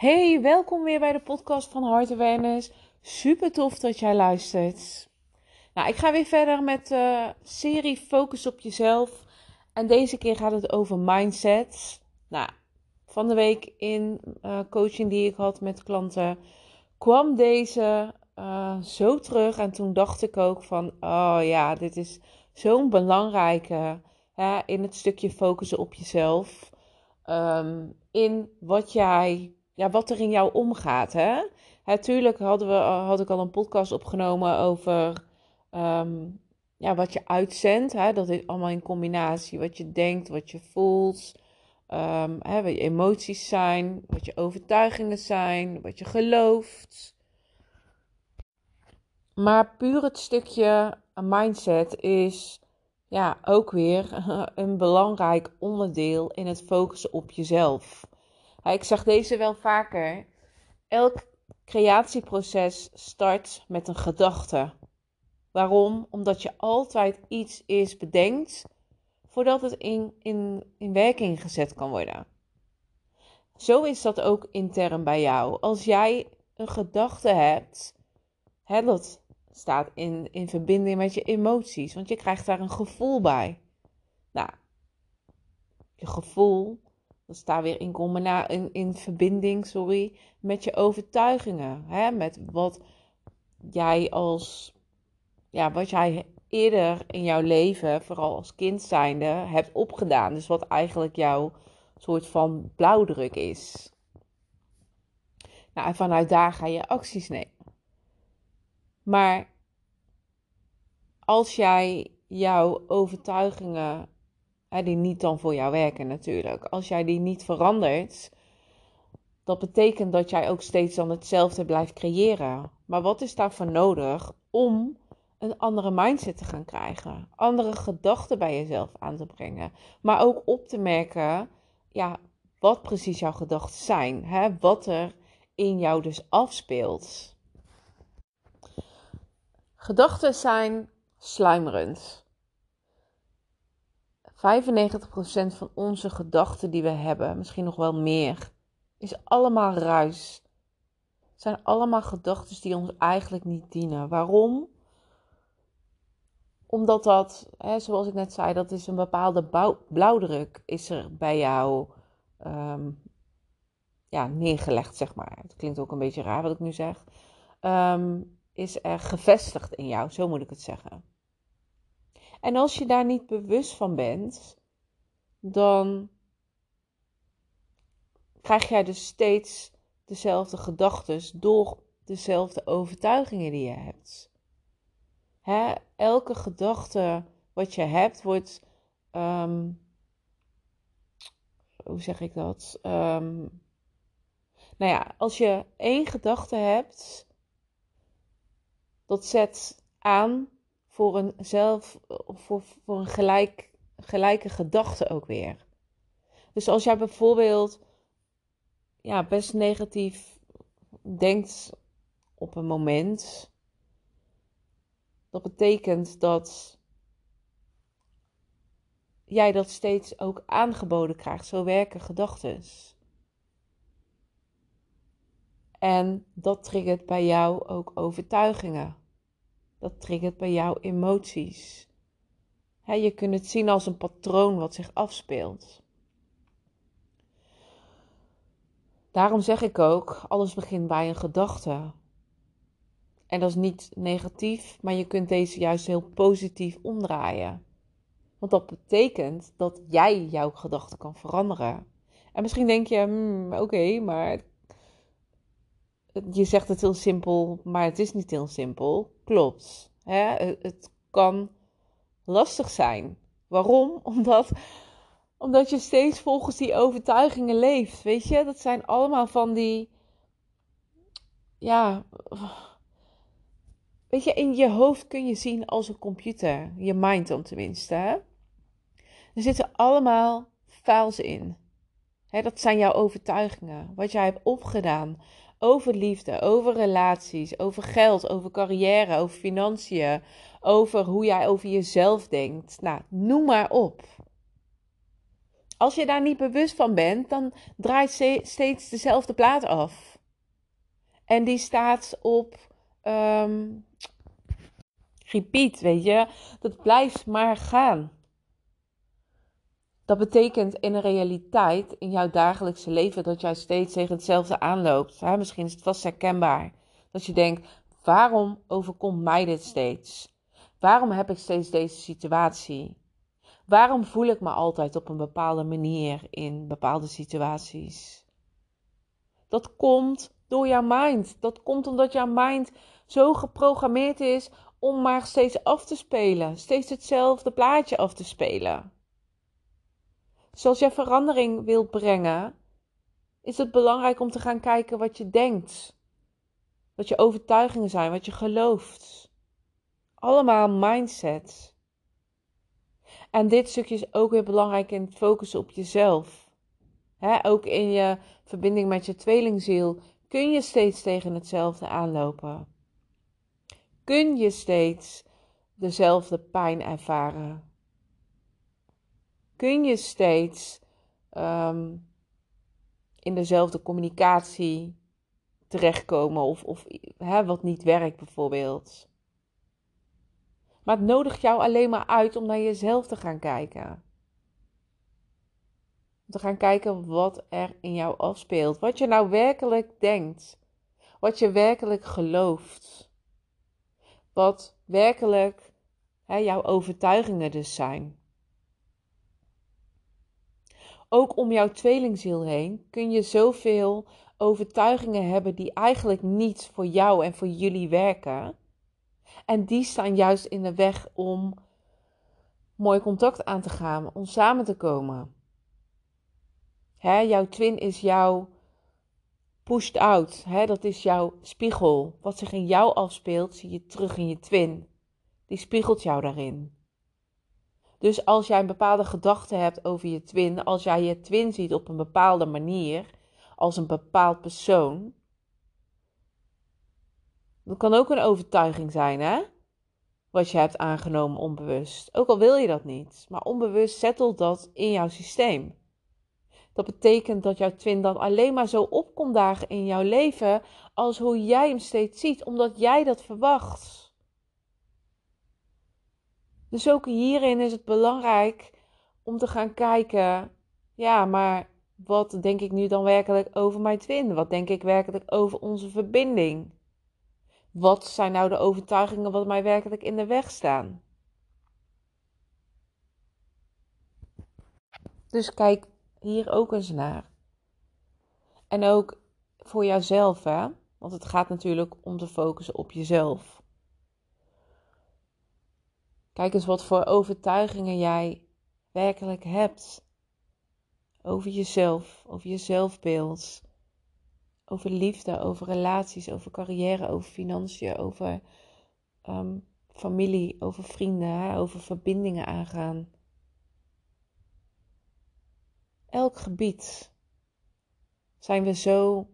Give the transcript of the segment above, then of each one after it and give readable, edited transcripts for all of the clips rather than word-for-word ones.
Hey, welkom weer bij de podcast van Heart Awareness. Super tof dat jij luistert. Nou, ik ga weer verder met de serie Focus op jezelf. En deze keer gaat het over mindset. Nou, van de week in coaching die ik had met klanten kwam deze zo terug. En toen dacht ik ook van, oh ja, dit is zo'n belangrijke in het stukje focussen op jezelf. In wat er in jou omgaat. Natuurlijk had ik al een podcast opgenomen over wat je uitzendt. Dat is allemaal in combinatie. Wat je denkt, wat je voelt. Wat je emoties zijn. Wat je overtuigingen zijn. Wat je gelooft. Maar puur het stukje mindset is ook weer een belangrijk onderdeel in het focussen op jezelf. Ik zeg deze wel vaker. Elk creatieproces start met een gedachte. Waarom? Omdat je altijd iets eerst bedenkt voordat het in werking gezet kan worden. Zo is dat ook intern bij jou. Als jij een gedachte hebt, dat staat in verbinding met je emoties, want je krijgt daar een gevoel bij. Nou, je gevoel, dat staat weer in verbinding, met je overtuigingen. Met wat jij wat jij eerder in jouw leven, vooral als kind zijnde, hebt opgedaan. Dus wat eigenlijk jouw soort van blauwdruk is. Nou, en vanuit daar ga je acties nemen. Maar als jij jouw overtuigingen, die niet dan voor jou werken natuurlijk, als jij die niet verandert, dat betekent dat jij ook steeds dan hetzelfde blijft creëren. Maar wat is daarvoor nodig om een andere mindset te gaan krijgen? Andere gedachten bij jezelf aan te brengen. Maar ook op te merken, wat precies jouw gedachten zijn. Wat er in jou dus afspeelt. Gedachten zijn sluimerend. 95% van onze gedachten die we hebben, misschien nog wel meer, is allemaal ruis. Het zijn allemaal gedachten die ons eigenlijk niet dienen. Waarom? Omdat dat, zoals ik net zei, dat is een bepaalde blauwdruk is er bij jou neergelegd, zeg maar. Het klinkt ook een beetje raar wat ik nu zeg. Is er gevestigd in jou, zo moet ik het zeggen. En als je daar niet bewust van bent, dan krijg jij dus steeds dezelfde gedachten door dezelfde overtuigingen die je hebt. Elke gedachte wat je hebt wordt, hoe zeg ik dat? Als je één gedachte hebt, dat zet aan voor een gelijke gedachte ook weer. Dus als jij bijvoorbeeld best negatief denkt op een moment, dat betekent dat jij dat steeds ook aangeboden krijgt. Zo werken gedachten. En dat triggert bij jou ook overtuigingen. Dat triggert bij jou emoties. Je kunt het zien als een patroon wat zich afspeelt. Daarom zeg ik ook, alles begint bij een gedachte. En dat is niet negatief, maar je kunt deze juist heel positief omdraaien. Want dat betekent dat jij jouw gedachten kan veranderen. En misschien denk je, oké, maar je zegt het heel simpel, maar het is niet heel simpel. Klopt. Het kan lastig zijn. Waarom? Omdat je steeds volgens die overtuigingen leeft. Weet je, dat zijn allemaal van die, weet je, in je hoofd kun je zien als een computer. Je mind dan tenminste. Er zitten allemaal files in. Dat zijn jouw overtuigingen. Wat jij hebt opgedaan over liefde, over relaties, over geld, over carrière, over financiën, over hoe jij over jezelf denkt. Nou, noem maar op. Als je daar niet bewust van bent, dan draait steeds dezelfde plaat af. En die staat op repeat, weet je. Dat blijft maar gaan. Dat betekent in de realiteit, in jouw dagelijkse leven, dat jij steeds tegen hetzelfde aanloopt. Ja, misschien is het vast herkenbaar. Dat je denkt, waarom overkomt mij dit steeds? Waarom heb ik steeds deze situatie? Waarom voel ik me altijd op een bepaalde manier in bepaalde situaties? Dat komt door jouw mind. Dat komt omdat jouw mind zo geprogrammeerd is om maar steeds af te spelen. Steeds hetzelfde plaatje af te spelen. Dus als jij verandering wilt brengen, is het belangrijk om te gaan kijken wat je denkt. Wat je overtuigingen zijn, wat je gelooft. Allemaal mindset. En dit stukje is ook weer belangrijk in het focussen op jezelf. Ook in je verbinding met je tweelingziel kun je steeds tegen hetzelfde aanlopen. Kun je steeds dezelfde pijn ervaren. Kun je steeds in dezelfde communicatie terechtkomen of wat niet werkt bijvoorbeeld. Maar het nodigt jou alleen maar uit om naar jezelf te gaan kijken. Om te gaan kijken wat er in jou afspeelt. Wat je nou werkelijk denkt. Wat je werkelijk gelooft. Wat werkelijk jouw overtuigingen dus zijn. Ook om jouw tweelingziel heen kun je zoveel overtuigingen hebben die eigenlijk niet voor jou en voor jullie werken. En die staan juist in de weg om mooi contact aan te gaan, om samen te komen. Jouw twin is jouw pushed out. Dat is jouw spiegel. Wat zich in jou afspeelt, zie je terug in je twin. Die spiegelt jou daarin. Dus als jij een bepaalde gedachte hebt over je twin, als jij je twin ziet op een bepaalde manier, als een bepaald persoon, dat kan ook een overtuiging zijn, hè? Wat je hebt aangenomen onbewust. Ook al wil je dat niet, maar onbewust zettelt dat in jouw systeem. Dat betekent dat jouw twin dan alleen maar zo op komt dagen in jouw leven als hoe jij hem steeds ziet, omdat jij dat verwacht. Dus ook hierin is het belangrijk om te gaan kijken, ja, maar wat denk ik nu dan werkelijk over mijn twin? Wat denk ik werkelijk over onze verbinding? Wat zijn nou de overtuigingen wat mij werkelijk in de weg staan? Dus kijk hier ook eens naar. En ook voor jouzelf, hè? Want het gaat natuurlijk om te focussen op jezelf. Kijk eens wat voor overtuigingen jij werkelijk hebt. Over jezelf, over je zelfbeeld. Over liefde, over relaties, over carrière, over financiën, over familie, over vrienden, hè? Over verbindingen aangaan. Elk gebied zijn we zo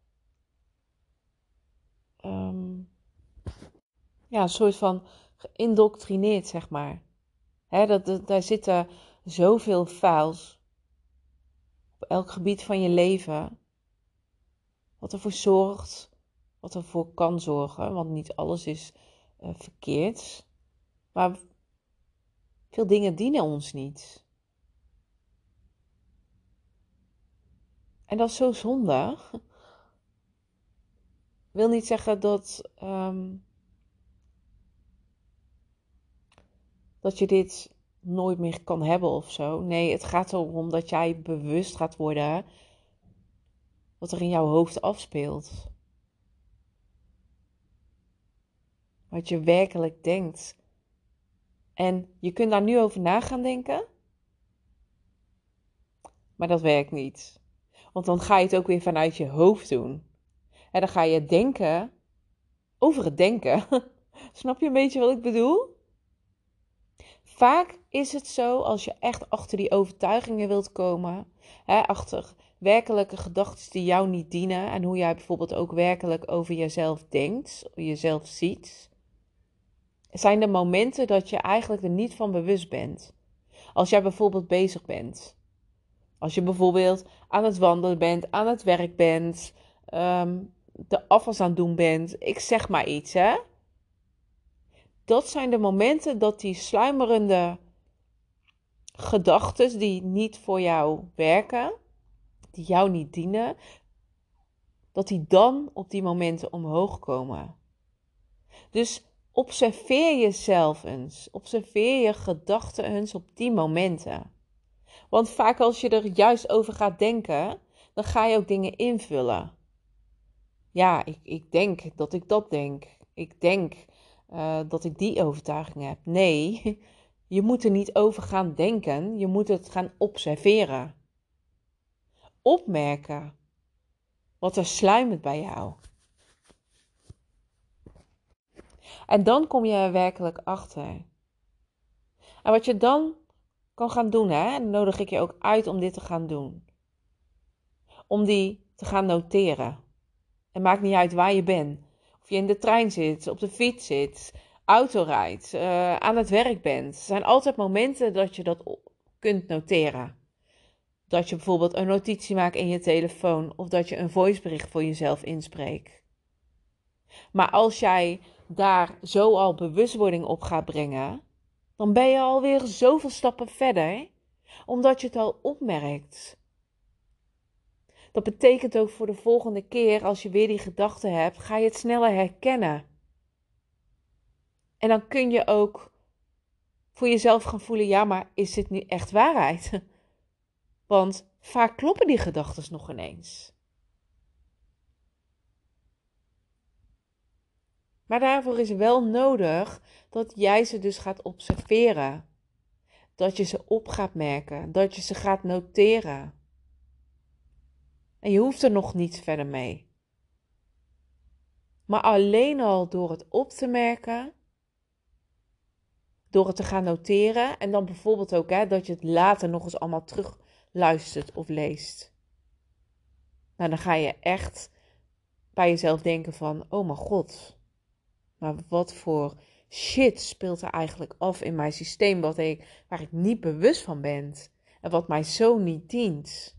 een soort van geïndoctrineerd, zeg maar. Daar zitten zoveel files op elk gebied van je leven. Wat ervoor zorgt, wat ervoor kan zorgen, want niet alles is verkeerd. Maar veel dingen dienen ons niet. En dat is zo zonde. Wil niet zeggen dat je dit nooit meer kan hebben of zo. Nee, het gaat erom dat jij bewust gaat worden wat er in jouw hoofd afspeelt. Wat je werkelijk denkt. En je kunt daar nu over na gaan denken. Maar dat werkt niet. Want dan ga je het ook weer vanuit je hoofd doen. En dan ga je denken over het denken. Snap je een beetje wat ik bedoel? Vaak is het zo, als je echt achter die overtuigingen wilt komen, achter werkelijke gedachten die jou niet dienen en hoe jij bijvoorbeeld ook werkelijk over jezelf denkt, jezelf ziet, zijn er momenten dat je eigenlijk er niet van bewust bent. Als jij bijvoorbeeld bezig bent Als je bijvoorbeeld aan het wandelen bent, aan het werk bent, de afwas aan het doen bent, ik zeg maar iets, hè. Dat zijn de momenten dat die sluimerende gedachten die niet voor jou werken, die jou niet dienen, dat die dan op die momenten omhoog komen. Dus observeer jezelf eens. Observeer je gedachten eens op die momenten. Want vaak als je er juist over gaat denken, dan ga je ook dingen invullen. Ja, ik denk dat ik dat denk. Ik denk dat ik die overtuiging heb. Nee, je moet er niet over gaan denken. Je moet het gaan observeren. Opmerken wat er sluimert bij jou. En dan kom je er werkelijk achter. En wat je dan kan gaan doen, hè, en dan nodig ik je ook uit om dit te gaan doen. Om die te gaan noteren. Het maakt niet uit waar je bent. Of je in de trein zit, op de fiets zit, auto rijdt, aan het werk bent. Er zijn altijd momenten dat je dat kunt noteren. Dat je bijvoorbeeld een notitie maakt in je telefoon of dat je een voicebericht voor jezelf inspreekt. Maar als jij daar zo al bewustwording op gaat brengen, dan ben je alweer zoveel stappen verder, omdat je het al opmerkt. Dat betekent ook voor de volgende keer, als je weer die gedachte hebt, ga je het sneller herkennen. En dan kun je ook voor jezelf gaan voelen, ja, maar is dit nu echt waarheid? Want vaak kloppen die gedachten nog ineens. Maar daarvoor is wel nodig dat jij ze dus gaat observeren. Dat je ze op gaat merken, dat je ze gaat noteren. En je hoeft er nog niets verder mee. Maar alleen al door het op te merken, door het te gaan noteren en dan bijvoorbeeld ook dat je het later nog eens allemaal terug luistert of leest. Nou, dan ga je echt bij jezelf denken van, oh mijn god, maar wat voor shit speelt er eigenlijk af in mijn systeem waar ik niet bewust van ben en wat mij zo niet dient.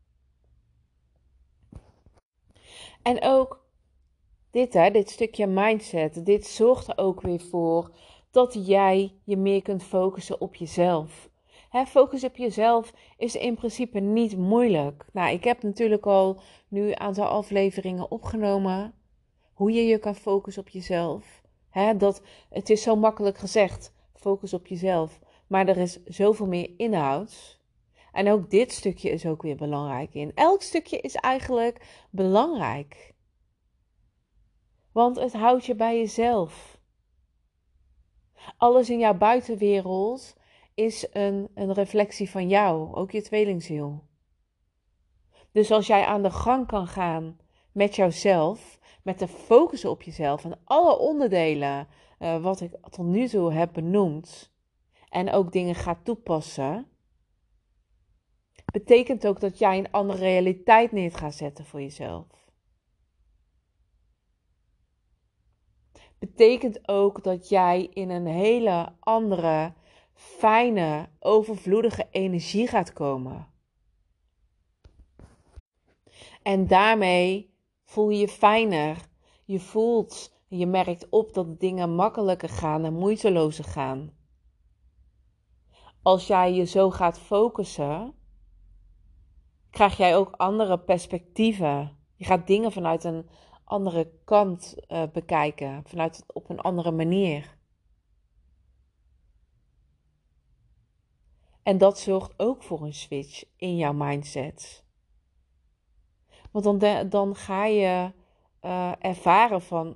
En ook dit stukje mindset, dit zorgt er ook weer voor dat jij je meer kunt focussen op jezelf. Focus op jezelf is in principe niet moeilijk. Nou, ik heb natuurlijk al nu een aantal afleveringen opgenomen hoe je je kan focussen op jezelf. Het is zo makkelijk gezegd, focus op jezelf. Maar er is zoveel meer inhoud. En ook dit stukje is ook weer belangrijk in. Elk stukje is eigenlijk belangrijk. Want het houdt je bij jezelf. Alles in jouw buitenwereld is een reflectie van jou, ook je tweelingziel. Dus als jij aan de gang kan gaan met jouzelf, met de focus op jezelf en alle onderdelen wat ik tot nu toe heb benoemd en ook dingen gaat toepassen, betekent ook dat jij een andere realiteit neer gaat zetten voor jezelf. Betekent ook dat jij in een hele andere, fijne, overvloedige energie gaat komen. En daarmee voel je je fijner. Je merkt op dat dingen makkelijker gaan en moeitelozer gaan. Als jij je zo gaat focussen, krijg jij ook andere perspectieven. Je gaat dingen vanuit een andere kant bekijken, op een andere manier. En dat zorgt ook voor een switch in jouw mindset. Want dan ga je ervaren van,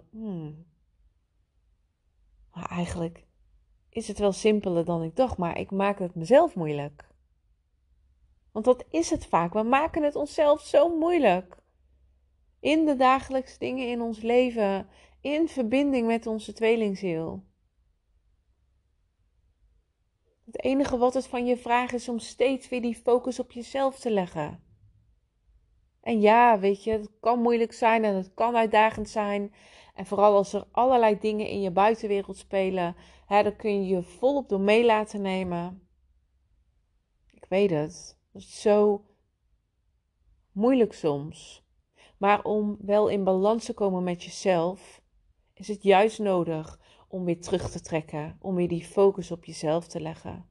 maar eigenlijk is het wel simpeler dan ik dacht, maar ik maak het mezelf moeilijk. Want dat is het vaak. We maken het onszelf zo moeilijk. In de dagelijkse dingen in ons leven, in verbinding met onze tweelingziel. Het enige wat het van je vraagt is om steeds weer die focus op jezelf te leggen. En ja, weet je, het kan moeilijk zijn en het kan uitdagend zijn. En vooral als er allerlei dingen in je buitenwereld spelen, dan kun je je volop door mee laten nemen. Ik weet het. Dat is zo moeilijk soms. Maar om wel in balans te komen met jezelf, is het juist nodig om weer terug te trekken. Om weer die focus op jezelf te leggen.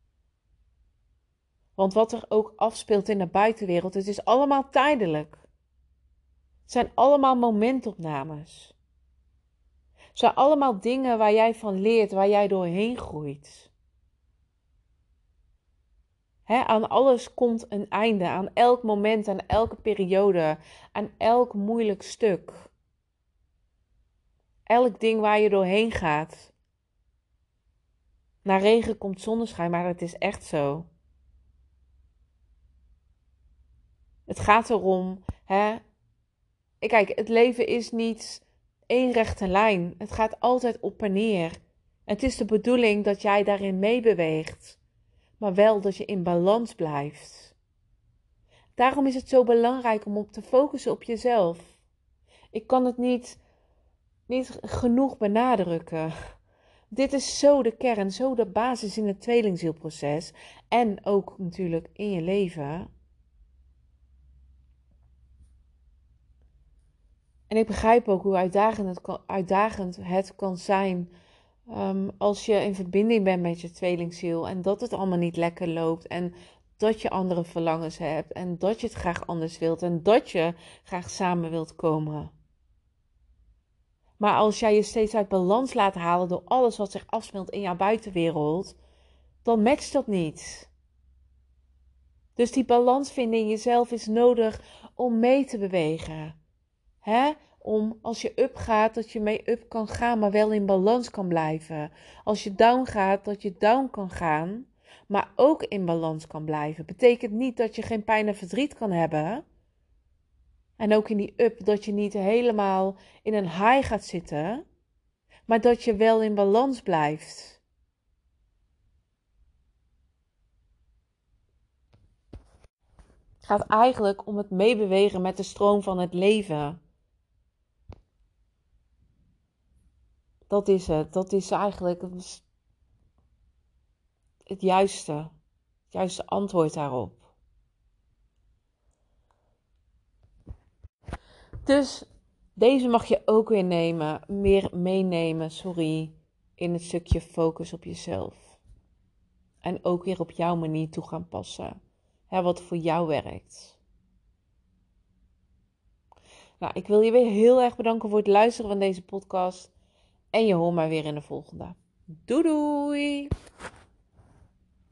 Want wat er ook afspeelt in de buitenwereld, het is allemaal tijdelijk. Het zijn allemaal momentopnames. Het zijn allemaal dingen waar jij van leert, waar jij doorheen groeit. Aan alles komt een einde, aan elk moment, aan elke periode, aan elk moeilijk stuk. Elk ding waar je doorheen gaat. Na regen komt zonneschijn, maar het is echt zo. Het gaat erom, kijk, het leven is niet één rechte lijn. Het gaat altijd op en neer. Het is de bedoeling dat jij daarin meebeweegt, maar wel dat je in balans blijft. Daarom is het zo belangrijk om op te focussen op jezelf. Ik kan het niet genoeg benadrukken. Dit is zo de kern, zo de basis in het tweelingzielproces en ook natuurlijk in je leven. En ik begrijp ook hoe uitdagend het kan zijn als je in verbinding bent met je tweelingziel en dat het allemaal niet lekker loopt en dat je andere verlangens hebt en dat je het graag anders wilt en dat je graag samen wilt komen. Maar als jij je steeds uit balans laat halen door alles wat zich afspeelt in jouw buitenwereld, dan matcht dat niet. Dus die balans vinden in jezelf is nodig om mee te bewegen. Om als je up gaat, dat je mee up kan gaan, maar wel in balans kan blijven. Als je down gaat, dat je down kan gaan, maar ook in balans kan blijven. Betekent niet dat je geen pijn en verdriet kan hebben. En ook in die up, dat je niet helemaal in een high gaat zitten, maar dat je wel in balans blijft. Het gaat eigenlijk om het meebewegen met de stroom van het leven. Dat is het. Dat is eigenlijk het juiste antwoord daarop. Dus deze mag je ook weer meenemen, in het stukje focus op jezelf. En ook weer op jouw manier toe gaan passen. Wat voor jou werkt. Nou, ik wil je weer heel erg bedanken voor het luisteren van deze podcast. En je hoort mij weer in de volgende. Doei doei!